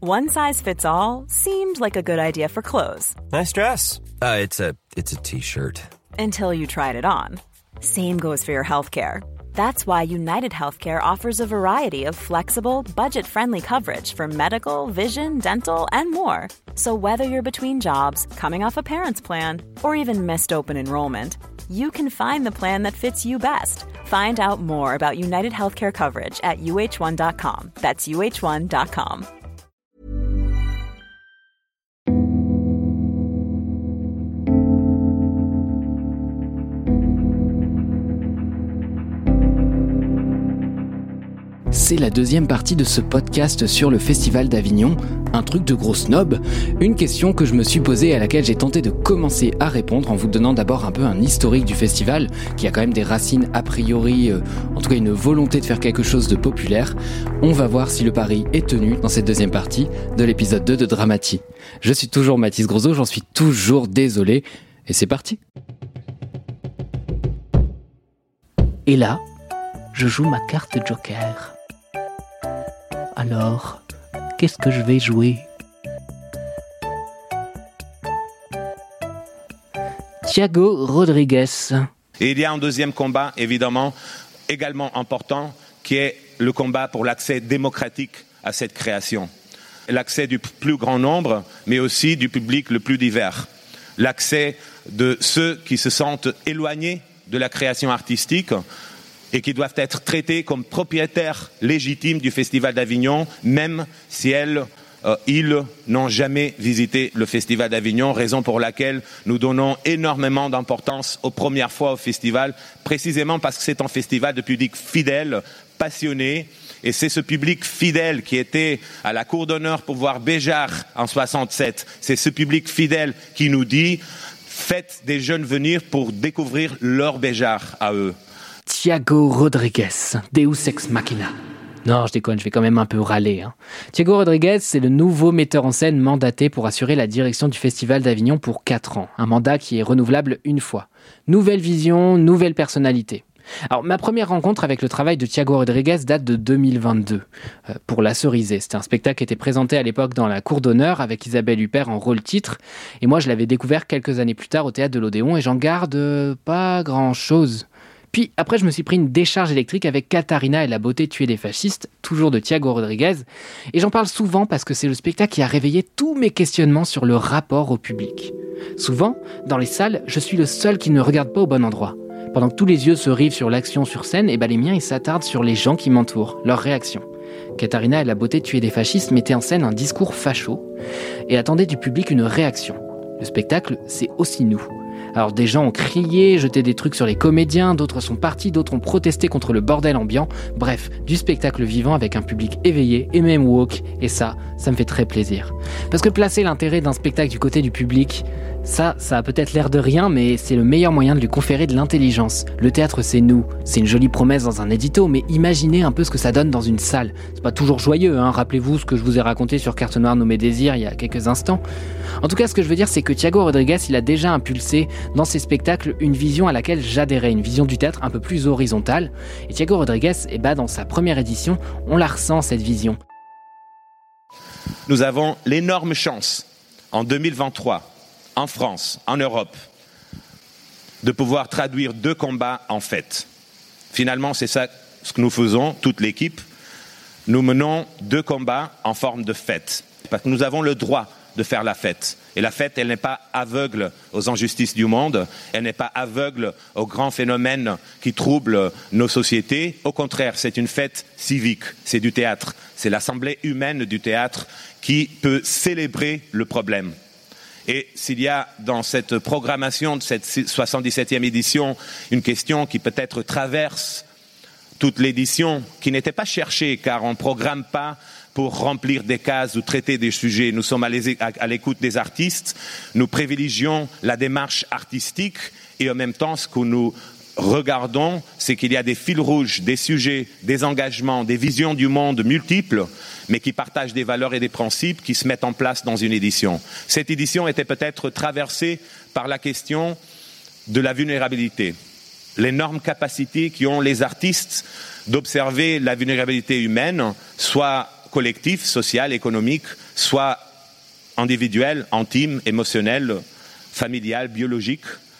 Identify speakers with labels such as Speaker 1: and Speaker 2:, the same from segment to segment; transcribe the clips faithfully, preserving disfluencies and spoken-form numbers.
Speaker 1: One size fits all seemed like a good idea for clothes.
Speaker 2: Nice dress. Uh, it's a it's a t-shirt.
Speaker 1: Until you tried it on. Same goes for your healthcare. That's why United Healthcare offers a variety of flexible, budget-friendly coverage for medical, vision, dental, and more. So whether you're between jobs, coming off a parent's plan, or even missed open enrollment, you can find the plan that fits you best. Find out more about United Healthcare coverage at U H one dot com. That's U H one dot com.
Speaker 3: C'est la deuxième partie de ce podcast sur le Festival d'Avignon, un truc de gros snob, une question que je me suis posée et à laquelle j'ai tenté de commencer à répondre en vous donnant d'abord un peu un historique du festival, qui a quand même des racines a priori, euh, en tout cas une volonté de faire quelque chose de populaire. On va voir si le pari est tenu dans cette deuxième partie de l'épisode deux de Dramati. Je suis toujours Mathis Grosso, j'en suis toujours désolé, et c'est parti. Et là, je joue ma carte Joker. Alors, qu'est-ce que je vais jouer ? Thiago Rodriguez.
Speaker 4: Et il y a un deuxième combat, évidemment, également important, qui est le combat pour l'accès démocratique à cette création. L'accès du plus grand nombre, mais aussi du public le plus divers. L'accès de ceux qui se sentent éloignés de la création artistique, et qui doivent être traités comme propriétaires légitimes du Festival d'Avignon, même si elles, euh, ils n'ont jamais visité le Festival d'Avignon, raison pour laquelle nous donnons énormément d'importance aux premières fois au festival, précisément parce que c'est un festival de public fidèle, passionné, et c'est ce public fidèle qui était à la cour d'honneur pour voir Béjart en soixante-sept, c'est ce public fidèle qui nous dit « Faites des jeunes venir pour découvrir leur Béjart à eux ».
Speaker 3: Thiago Rodriguez, Deus Ex Machina. Non, je déconne, je vais quand même un peu râler. Hein. Thiago Rodriguez, c'est le nouveau metteur en scène mandaté pour assurer la direction du Festival d'Avignon pour quatre ans. Un mandat qui est renouvelable une fois. Nouvelle vision, nouvelle personnalité. Alors, ma première rencontre avec le travail de Thiago Rodriguez date de deux mille vingt-deux, euh, pour La Cerisée. C'était un spectacle qui était présenté à l'époque dans la cour d'honneur avec Isabelle Huppert en rôle titre. Et moi, je l'avais découvert quelques années plus tard au Théâtre de l'Odéon et j'en garde euh, pas grand-chose. Puis après, je me suis pris une décharge électrique avec Katharina et la beauté tuée des fascistes, toujours de Thiago Rodriguez. Et j'en parle souvent parce que c'est le spectacle qui a réveillé tous mes questionnements sur le rapport au public. Souvent, dans les salles, je suis le seul qui ne regarde pas au bon endroit. Pendant que tous les yeux se rivent sur l'action sur scène, et ben les miens ils s'attardent sur les gens qui m'entourent, leurs réactions. Katharina et la beauté tuée des fascistes mettaient en scène un discours facho et attendaient du public une réaction. Le spectacle, c'est aussi nous. Alors des gens ont crié, jeté des trucs sur les comédiens, d'autres sont partis, d'autres ont protesté contre le bordel ambiant. Bref, du spectacle vivant avec un public éveillé et même woke. Et ça, ça me fait très plaisir. Parce que placer l'intérêt d'un spectacle du côté du public, ça, ça a peut-être l'air de rien, mais c'est le meilleur moyen de lui conférer de l'intelligence. Le théâtre, c'est nous. C'est une jolie promesse dans un édito, mais imaginez un peu ce que ça donne dans une salle. C'est pas toujours joyeux, hein. Rappelez-vous ce que je vous ai raconté sur Carte Noire nommée Désir il y a quelques instants. En tout cas, ce que je veux dire, c'est que Thiago Rodriguez, il a déjà impulsé dans ses spectacles une vision à laquelle j'adhérais, une vision du théâtre un peu plus horizontale. Et Thiago Rodriguez, eh ben, dans sa première édition, on la ressent, cette vision.
Speaker 4: Nous avons l'énorme chance, en deux mille vingt-trois, en France, en Europe, de pouvoir traduire deux combats en fête. Finalement, c'est ça ce que nous faisons, toute l'équipe. Nous menons deux combats en forme de fête, parce que nous avons le droit de faire la fête. Et la fête, elle n'est pas aveugle aux injustices du monde, elle n'est pas aveugle aux grands phénomènes qui troublent nos sociétés. Au contraire, c'est une fête civique, c'est du théâtre, c'est l'assemblée humaine du théâtre qui peut célébrer le problème. Et s'il y a dans cette programmation de cette soixante-dix-septième édition une question qui peut-être traverse toute l'édition, qui n'était pas cherchée, car on ne programme pas pour remplir des cases ou traiter des sujets. Nous sommes à l'écoute des artistes, nous privilégions la démarche artistique et en même temps ce que nous regardons, c'est qu'il y a des fils rouges, des sujets, des engagements, des visions du monde multiples, mais qui partagent des valeurs et des principes qui se mettent en place dans une édition. Cette édition était peut-être traversée par la question de la vulnérabilité, l'énorme capacité qu'ont les artistes d'observer la vulnérabilité humaine, soit collectif, social, économique, soit individuel, intime, émotionnel, familial, biologique.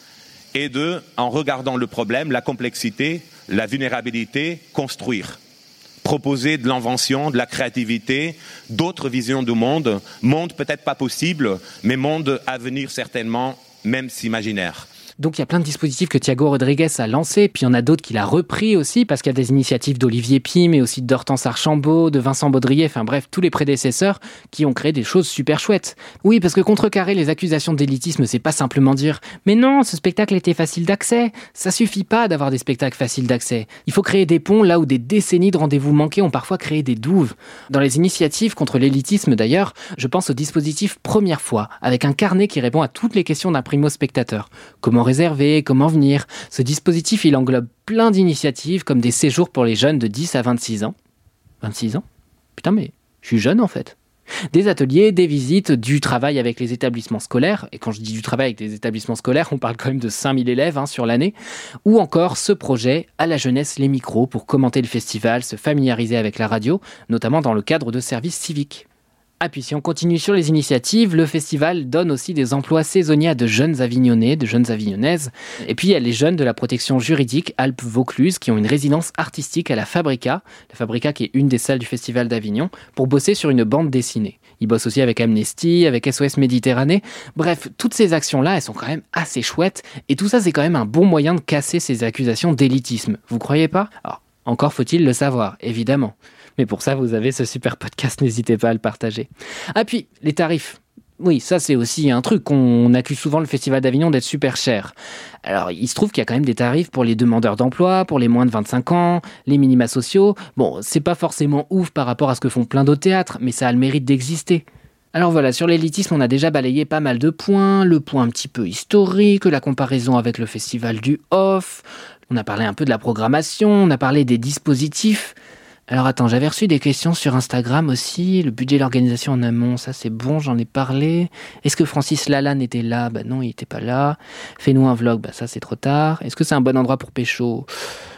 Speaker 4: Et deux, en regardant le problème, la complexité, la vulnérabilité, construire. Proposer de l'invention, de la créativité, d'autres visions du monde. Monde peut-être pas possible, mais monde à venir certainement, même s'imaginaire.
Speaker 3: Donc il y a plein de dispositifs que Thiago Rodrigues a lancés, puis il y en a d'autres qu'il a repris aussi, parce qu'il y a des initiatives d'Olivier Py, mais aussi d'Hortense Archambault, de Vincent Baudrier, enfin bref, tous les prédécesseurs qui ont créé des choses super chouettes. Oui, parce que contrecarrer les accusations d'élitisme, c'est pas simplement dire « Mais non, ce spectacle était facile d'accès !» Ça suffit pas d'avoir des spectacles faciles d'accès. Il faut créer des ponts là où des décennies de rendez-vous manqués ont parfois créé des douves. Dans les initiatives contre l'élitisme d'ailleurs, je pense au dispositif Première fois, avec un carnet qui répond à toutes les questions d'un primo-spectateur. Comment réserver, comment venir. Ce dispositif, il englobe plein d'initiatives comme des séjours pour les jeunes de dix à vingt-six ans. vingt-six ans ? Putain, mais je suis jeune en fait. Des ateliers, des visites, du travail avec les établissements scolaires. Et quand je dis du travail avec les établissements scolaires, on parle quand même de cinq mille élèves hein, sur l'année. Ou encore ce projet à la jeunesse les micros pour commenter le festival, se familiariser avec la radio, notamment dans le cadre de services civiques. Ah puis si on continue sur les initiatives, le festival donne aussi des emplois saisonniers à de jeunes Avignonnais, de jeunes Avignonnaises. Et puis il y a les jeunes de la protection juridique Alpes-Vaucluse qui ont une résidence artistique à la Fabrica, la Fabrica qui est une des salles du festival d'Avignon, pour bosser sur une bande dessinée. Ils bossent aussi avec Amnesty, avec S O S Méditerranée. Bref, toutes ces actions-là, elles sont quand même assez chouettes. Et tout ça, c'est quand même un bon moyen de casser ces accusations d'élitisme. Vous croyez pas ? Alors, encore faut-il le savoir, évidemment. Mais pour ça, vous avez ce super podcast, n'hésitez pas à le partager. Ah puis, les tarifs. Oui, ça c'est aussi un truc qu'on accuse souvent le Festival d'Avignon d'être super cher. Alors, il se trouve qu'il y a quand même des tarifs pour les demandeurs d'emploi, pour les moins de vingt-cinq ans, les minima sociaux. Bon, c'est pas forcément ouf par rapport à ce que font plein d'autres théâtres, mais ça a le mérite d'exister. Alors voilà, sur l'élitisme, on a déjà balayé pas mal de points, le point un petit peu historique, la comparaison avec le Festival du Off, on a parlé un peu de la programmation, on a parlé des dispositifs. Alors attends, j'avais reçu des questions sur Instagram aussi, le budget de l'organisation en amont, ça c'est bon, j'en ai parlé. Est-ce que Francis Lalanne était là ? Bah non, il était pas là. Fais-nous un vlog, bah ça c'est trop tard. Est-ce que c'est un bon endroit pour pécho ?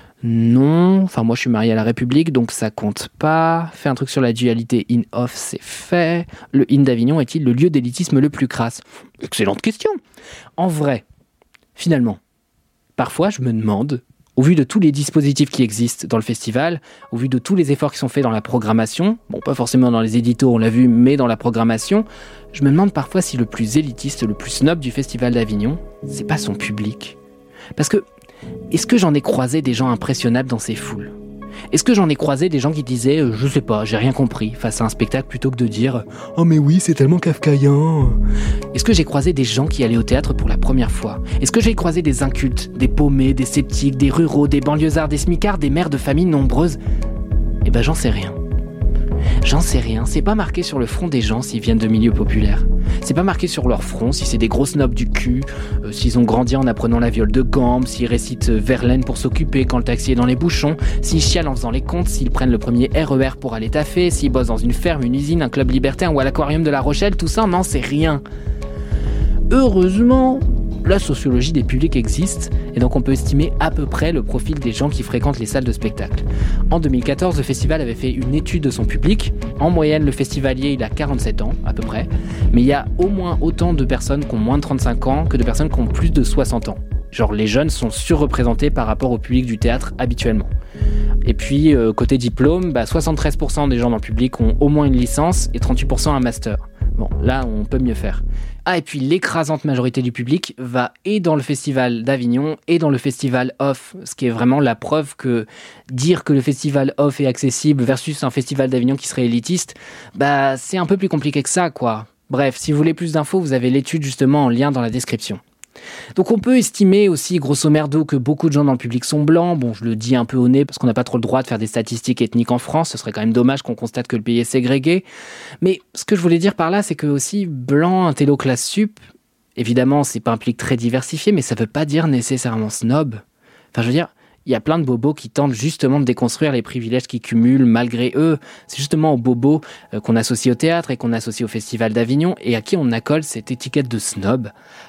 Speaker 3: Non, enfin moi je suis marié à la République, donc ça compte pas. Fais un truc sur la dualité in-off, c'est fait. Le in d'Avignon est-il le lieu d'élitisme le plus crasse ? Excellente question. En vrai, finalement, parfois je me demande... Au vu de tous les dispositifs qui existent dans le festival, au vu de tous les efforts qui sont faits dans la programmation, bon, pas forcément dans les éditos, on l'a vu, mais dans la programmation, je me demande parfois si le plus élitiste, le plus snob du Festival d'Avignon, c'est pas son public. Parce que, est-ce que j'en ai croisé des gens impressionnables dans ces foules ? Est-ce que j'en ai croisé des gens qui disaient euh, « je sais pas, j'ai rien compris » face à un spectacle plutôt que de dire « oh mais oui, c'est tellement kafkaïen ». Est-ce que j'ai croisé des gens qui allaient au théâtre pour la première fois ? Est-ce que j'ai croisé des incultes, des paumés, des sceptiques, des ruraux, des banlieusards, des smicards, des mères de famille nombreuses ? Eh ben j'en sais rien. J'en sais rien, c'est pas marqué sur le front des gens s'ils viennent de milieux populaires. C'est pas marqué sur leur front si c'est des gros snobs du cul, euh, s'ils ont grandi en apprenant la viole de Gambes, s'ils récitent Verlaine pour s'occuper quand le taxi est dans les bouchons, s'ils chialent en faisant les comptes, s'ils prennent le premier R E R pour aller taffer, s'ils bossent dans une ferme, une usine, un club libertaire ou à l'aquarium de La Rochelle, tout ça, non, c'est rien. Heureusement, la sociologie des publics existe, et donc on peut estimer à peu près le profil des gens qui fréquentent les salles de spectacle. En deux mille quatorze, le festival avait fait une étude de son public. En moyenne, le festivalier, il a quarante-sept ans, à peu près. Mais il y a au moins autant de personnes qui ont moins de trente-cinq ans que de personnes qui ont plus de soixante ans. Genre, les jeunes sont surreprésentés par rapport au public du théâtre habituellement. Et puis, euh, côté diplôme, bah, soixante-treize pour cent des gens dans le public ont au moins une licence et trente-huit pour cent un master. Bon, là, on peut mieux faire. Ah, et puis l'écrasante majorité du public va et dans le festival d'Avignon et dans le festival off, ce qui est vraiment la preuve que dire que le festival off est accessible versus un festival d'Avignon qui serait élitiste, bah c'est un peu plus compliqué que ça, quoi. Bref, si vous voulez plus d'infos, vous avez l'étude justement en lien dans la description. Donc on peut estimer aussi grosso merdo que beaucoup de gens dans le public sont blancs. Bon, je le dis un peu au nez parce qu'on n'a pas trop le droit de faire des statistiques ethniques en France. Ce serait quand même dommage qu'on constate que le pays est ségrégué. Mais ce que je voulais dire par là, c'est que aussi blanc, intello classe sup, évidemment c'est pas un public très diversifié, mais ça veut pas dire nécessairement snob. Enfin je veux dire, il y a plein de bobos qui tentent justement de déconstruire les privilèges qu'ils cumulent malgré eux. C'est justement aux bobos euh, qu'on associe au théâtre et qu'on associe au Festival d'Avignon et à qui on accole cette étiquette de snob. Alors,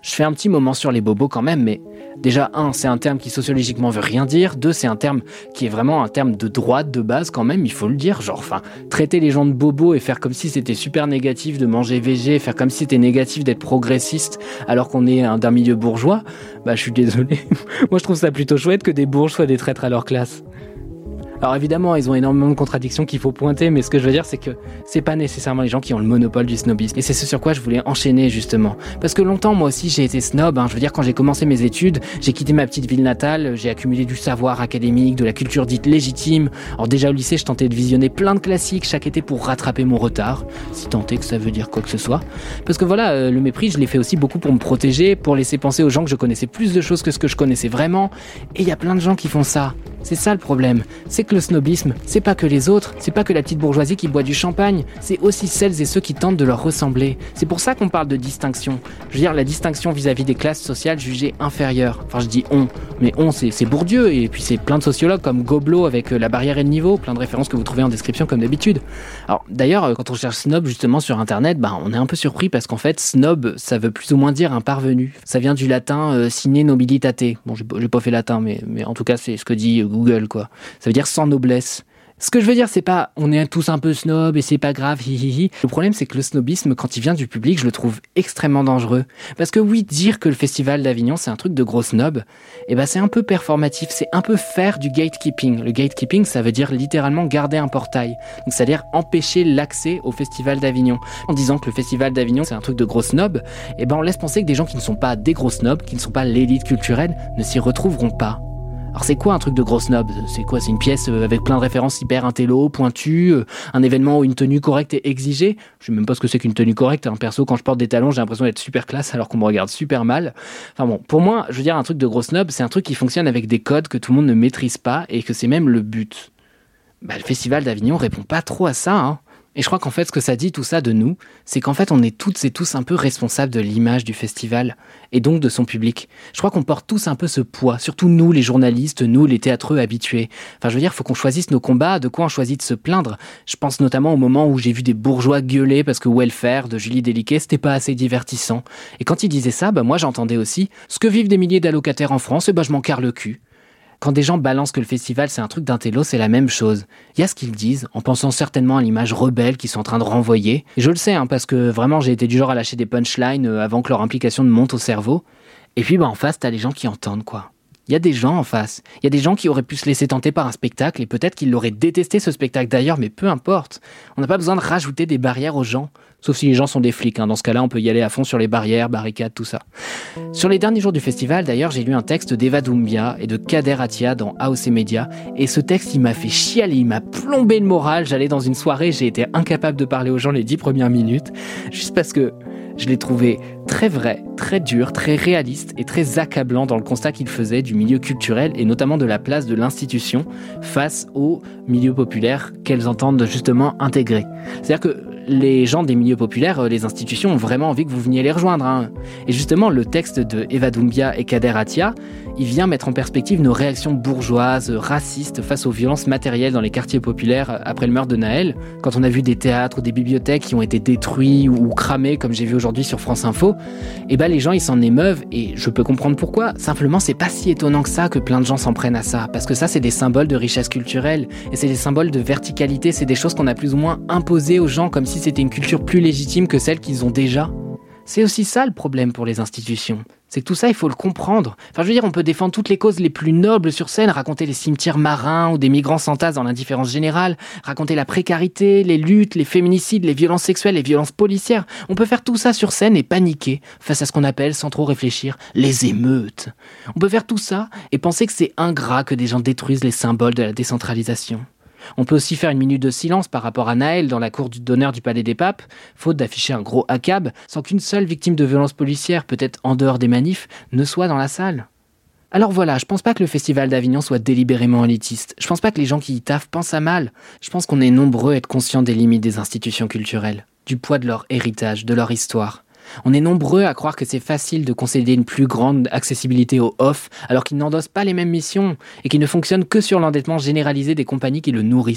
Speaker 3: Je fais un petit moment sur les bobos quand même, mais déjà, un, c'est un terme qui sociologiquement veut rien dire. Deux, c'est un terme qui est vraiment un terme de droite, de base quand même, il faut le dire. Genre, enfin, traiter les gens de bobos et faire comme si c'était super négatif de manger végé, faire comme si c'était négatif d'être progressiste alors qu'on est un, d'un milieu bourgeois, bah je suis désolé. Moi, je trouve ça plutôt chouette que des bourges soient des traîtres à leur classe. Alors évidemment, ils ont énormément de contradictions qu'il faut pointer, mais ce que je veux dire, c'est que c'est pas nécessairement les gens qui ont le monopole du snobisme. Et c'est ce sur quoi je voulais enchaîner, justement. Parce que longtemps, moi aussi, j'ai été snob, hein. Je veux dire, quand j'ai commencé mes études, j'ai quitté ma petite ville natale, j'ai accumulé du savoir académique, de la culture dite légitime. Alors déjà au lycée, je tentais de visionner plein de classiques chaque été pour rattraper mon retard, si tant est que ça veut dire quoi que ce soit. Parce que voilà, euh, le mépris, je l'ai fait aussi beaucoup pour me protéger, pour laisser penser aux gens que je connaissais plus de choses que ce que je connaissais vraiment. Et il y a plein de gens qui font ça. C'est ça le problème. C'est que le snobisme, c'est pas que les autres, c'est pas que la petite bourgeoisie qui boit du champagne, c'est aussi celles et ceux qui tentent de leur ressembler. C'est pour ça qu'on parle de distinction. Je veux dire, la distinction vis-à-vis des classes sociales jugées inférieures. Enfin, je dis on, mais on, c'est, c'est Bourdieu, et puis c'est plein de sociologues comme Gobelot avec La barrière et le niveau, plein de références que vous trouvez en description comme d'habitude. Alors, d'ailleurs, quand on cherche snob justement sur internet, bah, on est un peu surpris parce qu'en fait, snob, ça veut plus ou moins dire un parvenu. Ça vient du latin euh, sine nobilitate. Bon, j'ai, j'ai pas fait latin, mais, mais en tout cas, c'est ce que dit euh, Google, quoi. Ça veut dire sans noblesse. Ce que je veux dire, c'est pas on est tous un peu snob et c'est pas grave, hi hi hi. Le problème, c'est que le snobisme, quand il vient du public, je le trouve extrêmement dangereux. Parce que oui, dire que le Festival d'Avignon, c'est un truc de gros snob, eh ben c'est un peu performatif, c'est un peu faire du gatekeeping. Le gatekeeping, ça veut dire littéralement garder un portail. Donc, c'est-à-dire empêcher l'accès au Festival d'Avignon. En disant que le Festival d'Avignon, c'est un truc de gros snob, eh ben on laisse penser que des gens qui ne sont pas des gros snobs, qui ne sont pas l'élite culturelle, ne s'y retrouveront pas. Alors c'est quoi un truc de gros snob ? C'est quoi ? C'est une pièce avec plein de références hyper intello, pointues, un événement où une tenue correcte est exigée ? Je sais même pas ce que c'est qu'une tenue correcte. Hein. Perso, quand je porte des talons, j'ai l'impression d'être super classe alors qu'on me regarde super mal. Enfin bon, pour moi, je veux dire, un truc de gros snob, c'est un truc qui fonctionne avec des codes que tout le monde ne maîtrise pas et que c'est même le but. Bah, le Festival d'Avignon répond pas trop à ça, hein. Et je crois qu'en fait, ce que ça dit tout ça de nous, c'est qu'en fait, on est toutes et tous un peu responsables de l'image du festival, et donc de son public. Je crois qu'on porte tous un peu ce poids, surtout nous, les journalistes, nous, les théâtreux habitués. Enfin, je veux dire, il faut qu'on choisisse nos combats, de quoi on choisit de se plaindre. Je pense notamment au moment où j'ai vu des bourgeois gueuler parce que Welfare de Julie Déliquet, c'était pas assez divertissant. Et quand ils disaient ça, bah moi j'entendais aussi « Ce que vivent des milliers d'allocataires en France, et bah je m'en carre le cul ». Quand des gens balancent que le festival c'est un truc d'intello, c'est la même chose. Il y a ce qu'ils disent, en pensant certainement à l'image rebelle qu'ils sont en train de renvoyer. Et je le sais, hein, parce que vraiment j'ai été du genre à lâcher des punchlines avant que leur implication ne monte au cerveau. Et puis bah, en face, t'as les gens qui entendent, quoi. Il y a des gens en face. Il y a des gens qui auraient pu se laisser tenter par un spectacle et peut-être qu'ils l'auraient détesté ce spectacle d'ailleurs, mais peu importe. On n'a pas besoin de rajouter des barrières aux gens. Sauf si les gens sont des flics, hein. Dans ce cas-là, on peut y aller à fond sur les barrières, barricades, tout ça. Sur les derniers jours du festival, d'ailleurs, j'ai lu un texte d'Eva Doumbia et de Kader Attia dans A O C Media. Et ce texte, il m'a fait chialer, il m'a plombé le moral. J'allais dans une soirée, j'ai été incapable de parler aux gens les dix premières minutes. Juste parce que je l'ai trouvé très vrai, très dur, très réaliste et très accablant dans le constat qu'il faisait du milieu culturel et notamment de la place de l'institution face au milieu populaire qu'elles entendent justement intégrer. C'est-à-dire que les gens des milieux populaires, les institutions ont vraiment envie que vous veniez les rejoindre, hein. Et justement, le texte de Eva Doumbia et Kader Attia, il vient mettre en perspective nos réactions bourgeoises, racistes face aux violences matérielles dans les quartiers populaires après le meurtre de Naël. Quand on a vu des théâtres ou des bibliothèques qui ont été détruits ou cramés, comme j'ai vu aujourd'hui sur France Info, et ben les gens ils s'en émeuvent et je peux comprendre pourquoi. Simplement, c'est pas si étonnant que ça que plein de gens s'en prennent à ça, parce que ça c'est des symboles de richesse culturelle et c'est des symboles de verticalité, c'est des choses qu'on a plus ou moins imposées aux gens comme si c'était une culture plus légitime que celle qu'ils ont déjà. C'est aussi ça le problème pour les institutions. C'est que tout ça, il faut le comprendre. Enfin, je veux dire, on peut défendre toutes les causes les plus nobles sur scène, raconter les cimetières marins ou des migrants s'entassent dans l'indifférence générale, raconter la précarité, les luttes, les féminicides, les violences sexuelles, les violences policières. On peut faire tout ça sur scène et paniquer face à ce qu'on appelle, sans trop réfléchir, les émeutes. On peut faire tout ça et penser que c'est ingrat que des gens détruisent les symboles de la décentralisation. On peut aussi faire une minute de silence par rapport à Naël dans la cour d'honneur du Palais des Papes, faute d'afficher un gros accab, sans qu'une seule victime de violences policières, peut-être en dehors des manifs, ne soit dans la salle. Alors voilà, je pense pas que le Festival d'Avignon soit délibérément élitiste. Je pense pas que les gens qui y taffent pensent à mal. Je pense qu'on est nombreux à être conscients des limites des institutions culturelles, du poids de leur héritage, de leur histoire. On est nombreux à croire que c'est facile de concéder une plus grande accessibilité au off, alors qu'ils n'endossent pas les mêmes missions et qu'ils ne fonctionnent que sur l'endettement généralisé des compagnies qui le nourrissent.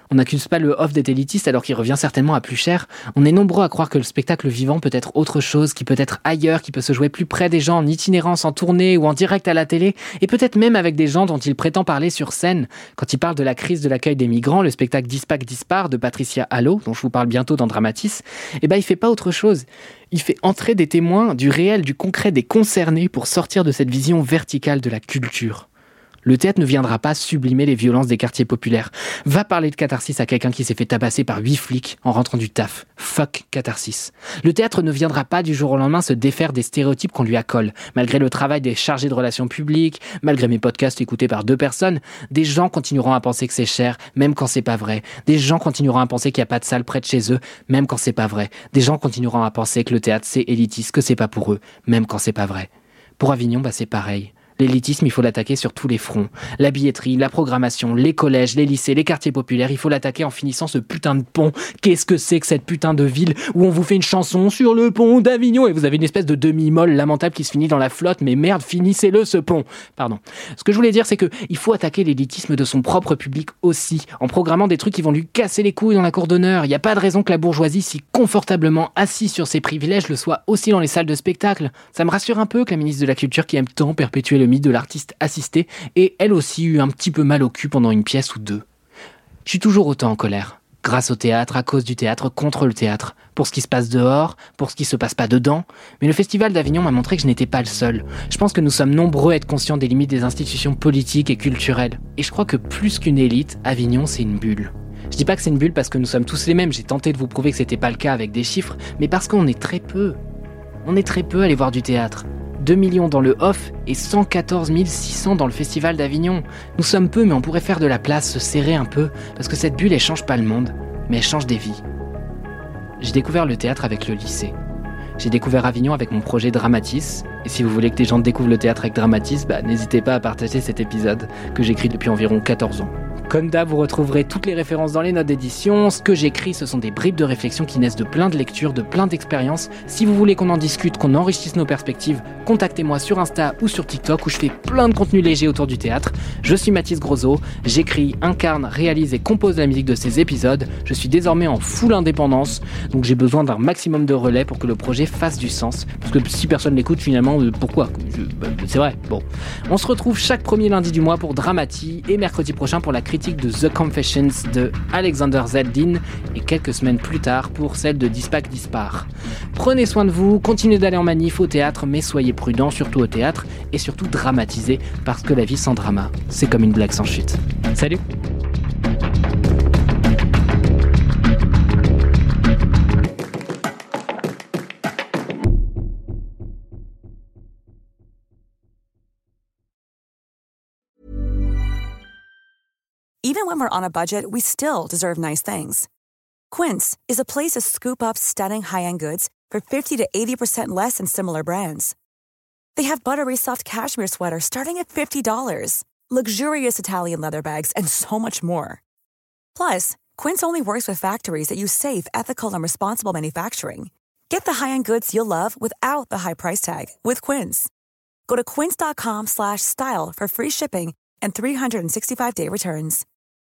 Speaker 3: On n'accuse pas le off d'être élitiste alors qu'il revient certainement à plus cher. On est nombreux à croire que le spectacle vivant peut être autre chose, qui peut être ailleurs, qui peut se jouer plus près des gens, en itinérance, en tournée ou en direct à la télé, et peut-être même avec des gens dont il prétend parler sur scène. Quand il parle de la crise de l'accueil des migrants, le spectacle Dispac Dispar de Patricia Allo, dont je vous parle bientôt dans Dramatis, eh ben il fait pas autre chose. Il fait entrer des témoins du réel, du concret, des concernés pour sortir de cette vision verticale de la culture. Le théâtre ne viendra pas sublimer les violences des quartiers populaires. Va parler de catharsis à quelqu'un qui s'est fait tabasser par huit flics en rentrant du taf. Fuck catharsis. Le théâtre ne viendra pas du jour au lendemain se défaire des stéréotypes qu'on lui accole. Malgré le travail des chargés de relations publiques, malgré mes podcasts écoutés par deux personnes, des gens continueront à penser que c'est cher, même quand c'est pas vrai. Des gens continueront à penser qu'il n'y a pas de salle près de chez eux, même quand c'est pas vrai. Des gens continueront à penser que le théâtre c'est élitiste, que c'est pas pour eux, même quand c'est pas vrai. Pour Avignon, bah c'est pareil. L'élitisme, il faut l'attaquer sur tous les fronts. La billetterie, la programmation, les collèges, les lycées, les quartiers populaires, il faut l'attaquer en finissant ce putain de pont. Qu'est-ce que c'est que cette putain de ville où on vous fait une chanson sur le pont d'Avignon et vous avez une espèce de demi-molle lamentable qui se finit dans la flotte, mais merde, finissez-le ce pont. Pardon. Ce que je voulais dire, c'est que il faut attaquer l'élitisme de son propre public aussi, en programmant des trucs qui vont lui casser les couilles dans la cour d'honneur. Il n'y a pas de raison que la bourgeoisie, si confortablement assise sur ses privilèges, le soit aussi dans les salles de spectacle. Ça me rassure un peu que la ministre de la Culture, qui aime tant perpétuer le mythe de l'artiste assisté, ait elle aussi eu un petit peu mal au cul pendant une pièce ou deux. Je suis toujours autant en colère. Grâce au théâtre, à cause du théâtre, contre le théâtre. Pour ce qui se passe dehors, pour ce qui se passe pas dedans. Mais le Festival d'Avignon m'a montré que je n'étais pas le seul. Je pense que nous sommes nombreux à être conscients des limites des institutions politiques et culturelles. Et je crois que plus qu'une élite, Avignon c'est une bulle. Je dis pas que c'est une bulle parce que nous sommes tous les mêmes, j'ai tenté de vous prouver que c'était pas le cas avec des chiffres, mais parce qu'on est très peu. On est très peu à aller voir du théâtre. deux millions dans le off et cent quatorze mille six cents dans le Festival d'Avignon. Nous sommes peu, mais on pourrait faire de la place, se serrer un peu, parce que cette bulle, elle change pas le monde, mais elle change des vies. J'ai découvert le théâtre avec le lycée. J'ai découvert Avignon avec mon projet Dramatis, et si vous voulez que des gens découvrent le théâtre avec Dramatis, bah, n'hésitez pas à partager cet épisode que j'écris depuis environ quatorze ans. Comme d'hab, vous retrouverez toutes les références dans les notes d'édition. Ce que j'écris, ce sont des bribes de réflexion qui naissent de plein de lectures, de plein d'expériences. Si vous voulez qu'on en discute, qu'on enrichisse nos perspectives, contactez-moi sur Insta ou sur TikTok où je fais plein de contenus légers autour du théâtre. Je suis Mathis Grosot, j'écris, incarne, réalise et compose la musique de ces épisodes. Je suis désormais en full indépendance, donc j'ai besoin d'un maximum de relais pour que le projet fasse du sens. Parce que si personne l'écoute, finalement, euh, pourquoi je, bah, c'est vrai, bon. On se retrouve chaque premier lundi du mois pour Dramati et mercredi prochain pour la critique de The Confessions de Alexander Zeldin et quelques semaines plus tard pour celle de Dispac Dispar. Prenez soin de vous, continuez d'aller en manif au théâtre, mais soyez prudents, surtout au théâtre, et surtout dramatisez, parce que la vie sans drama, c'est comme une blague sans chute. Salut!
Speaker 5: Even when we're on a budget, we still deserve nice things. Quince is a place to scoop up stunning high-end goods for fifty to eighty percent less than similar brands. They have buttery soft cashmere sweaters starting at fifty dollars, luxurious Italian leather bags, and so much more. Plus, Quince only works with factories that use safe, ethical, and responsible manufacturing. Get the high-end goods you'll love without the high price tag with Quince. Go to quince.com slash style for free shipping and three sixty-five day returns.